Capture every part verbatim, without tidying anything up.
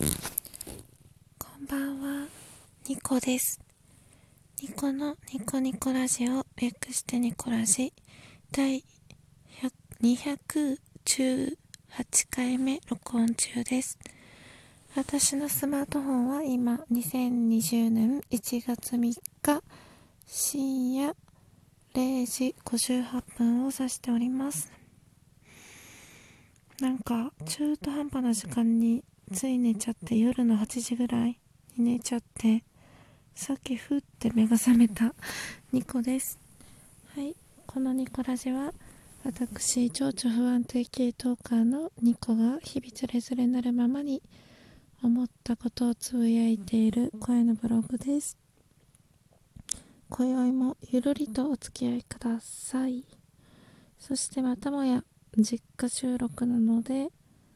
こんばんは、ニコです。ニコのニコニコラジオ、略してニコラジ、第にひゃくじゅうはちかいめ録音中です。私のスマートフォンは今、にせんにじゅうねんいちがつみっか、深夜れいじごじゅうはっぷんを指しております。なんか、中途半端な時間につい寝ちゃって、夜のはちじぐらいに寝ちゃって、さっきふって目が覚めたニコです。はい、このニコラジは私情緒不安定系トーカーのニコが日々つれづれなるままに思ったことをつぶやいている声のブログです。今宵もゆるりとお付き合いください。そしてまたもや実家収録なので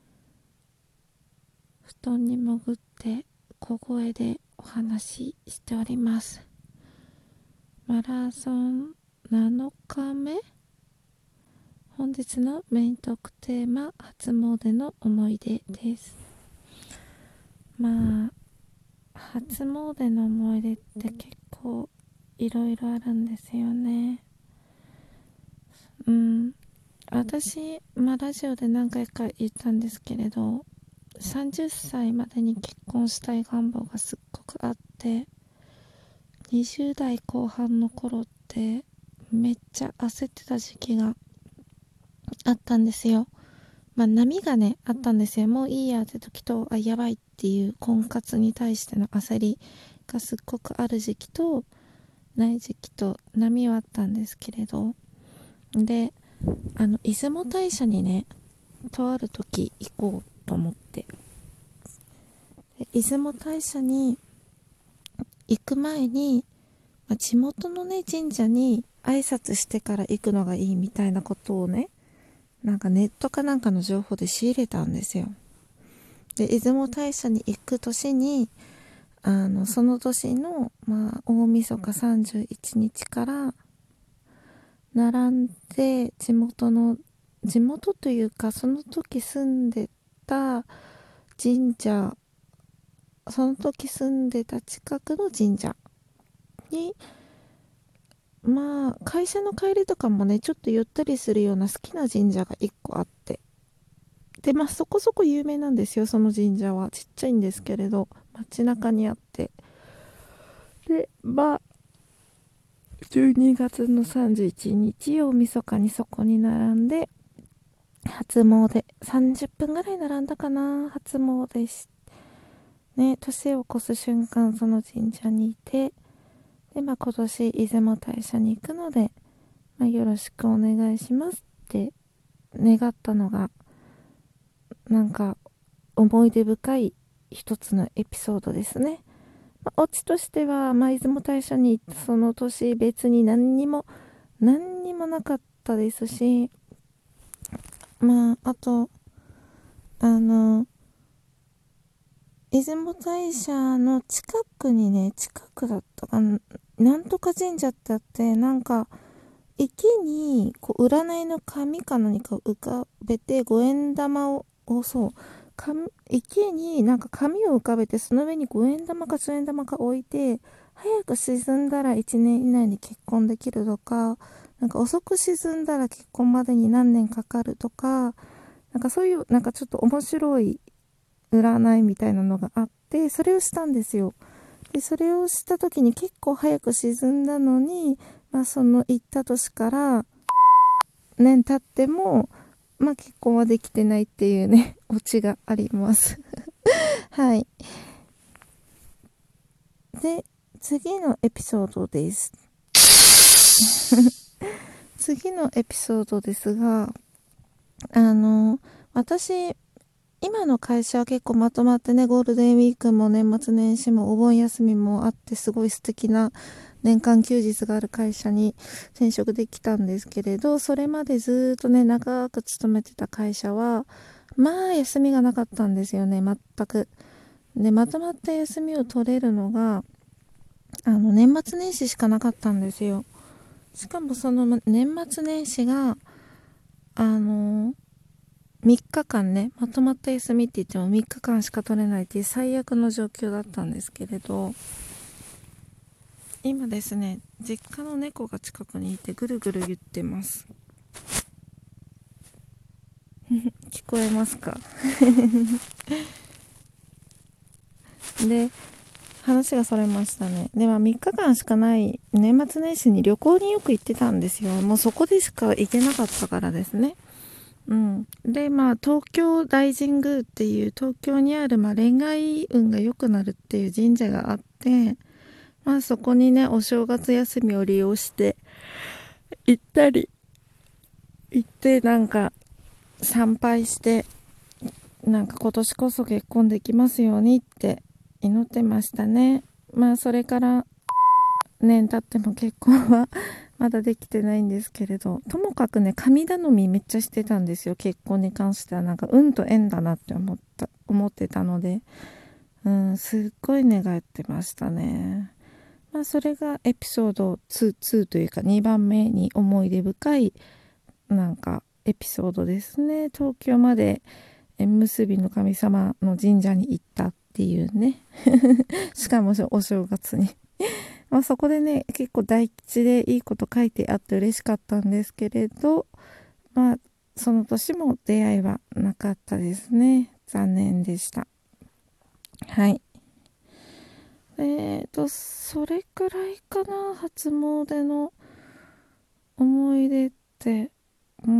布団に潜って小声でお話ししております。マラソンなのかめ、本日のメイントークテーマ、初詣の思い出です。まあ初詣の思い出って結構いろいろあるんですよね。うん私、まあ、ラジオで何回か言ったんですけれど、さんじゅっさいまでに結婚したい願望がすっごくあって、にじゅうだいこう半の頃ってめっちゃ焦ってた時期があったんですよ。まあ波がねあったんですよ。もういいやって時と、あやばいっていう婚活に対しての焦りがすっごくある時期とない時期と波はあったんですけれど、であの出雲大社にねとある時行こうと思って、で出雲大社に行く前に、まあ、地元のね神社に挨拶してから行くのがいいみたいなことをね、なんかネットかなんかの情報で仕入れたんですよ。で出雲大社に行く年に、あのその年の、まあ、大晦日さんじゅういちにちから並んで、地元の地元というかその時住んでた神社、その時住んでた近くの神社に、まあ会社の帰りとかもねちょっとゆったりするような好きな神社がいっこあって、でまあそこそこ有名なんですよ。その神社はちっちゃいんですけれど街中にあって、でまあじゅうにがつのさんじゅういちにち大晦日にそこに並んで初詣さんじゅっぷんぐらい並んだかな。初詣しね、年を越す瞬間その神社にいて、でまあ今年出雲大社に行くので、まあ、よろしくお願いしますって願ったのが、なんか思い出深い一つのエピソードですね。まあ、オチとしては、まあ、出雲大社に行ったその年別に何にも何にもなかったですし、まああとあの出雲大社の近くにね、近くだったかな、なんとか神社ってあって、なんか池にこう占いの紙か何かを浮かべてごえん玉を、をそう紙池になんか紙を浮かべて、その上にごえん玉かじゅうえん玉か置いて、早く沈んだらいちねん以内に結婚できるとか、なんか遅く沈んだら結婚までに何年かかるとか、なんかそういうなんかちょっと面白い占いみたいなのがあって、それをしたんですよ。でそれをした時に結構早く沈んだのに、まあ、その行った年から年経っても、まあ、結婚はできてないっていうねオチがありますはい。で次のエピソードです次のエピソードですが、あの私今の会社は結構まとまってね、ゴールデンウィークも年末年始もお盆休みもあって、すごい素敵な年間休日がある会社に転職できたんですけれど、それまでずっとね長く勤めてた会社はまあ休みがなかったんですよね、全く。でまとまった休みを取れるのがあの年末年始しかなかったんですよ。しかもその年末年始があのみっかかんね、まとまった休みって言ってもみっかかんしか取れないっていう最悪の状況だったんですけれど、今ですね、実家の猫が近くにいてぐるぐる言ってます。聞こえますか？で、話がそれましたね。で、まあみっかかんしかない年末年始に旅行によく行ってたんですよ。もうそこでしか行けなかったからですね。うん。で、まあ東京大神宮っていう東京にある、まあ恋愛運が良くなるっていう神社があって、まあそこにね、お正月休みを利用して行ったり、行ってなんか参拝して、なんか今年こそ結婚できますようにって祈ってましたね。まあそれから年経っても結婚はまだできてないんですけれど、ともかくね、神頼みめっちゃしてたんですよ。結婚に関してはなんか運と縁だなって思った思ってたので、うん、すっごい願ってましたね。まあそれがエピソードに、にというかにばんめに思い出深いなんかエピソードですね。東京まで縁結びの神様の神社に行ったっていうね。しかもお正月にまあそこでね、結構大吉でいいこと書いてあって嬉しかったんですけれど、まあその年も出会いはなかったですね。残念でした。はい。えーと、それくらいかな、初詣の思い出って。うん、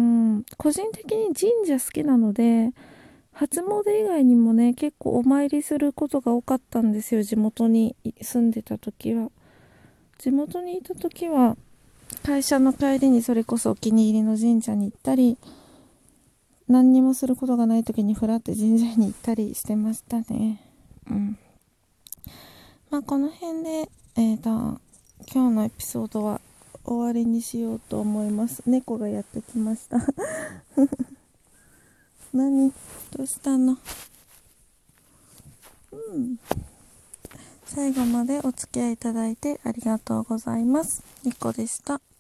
個人的に神社好きなので、初詣以外にもね、結構お参りすることが多かったんですよ、地元に住んでた時は。地元にいた時は、会社の帰りにそれこそお気に入りの神社に行ったり、何にもすることがない時にふらって神社に行ったりしてましたね。うん。まあこの辺で、えーと、今日のエピソードは終わりにしようと思います。猫がやってきました。何？どうしたの？うん。最後までお付き合いいただいてありがとうございます。ニコでした。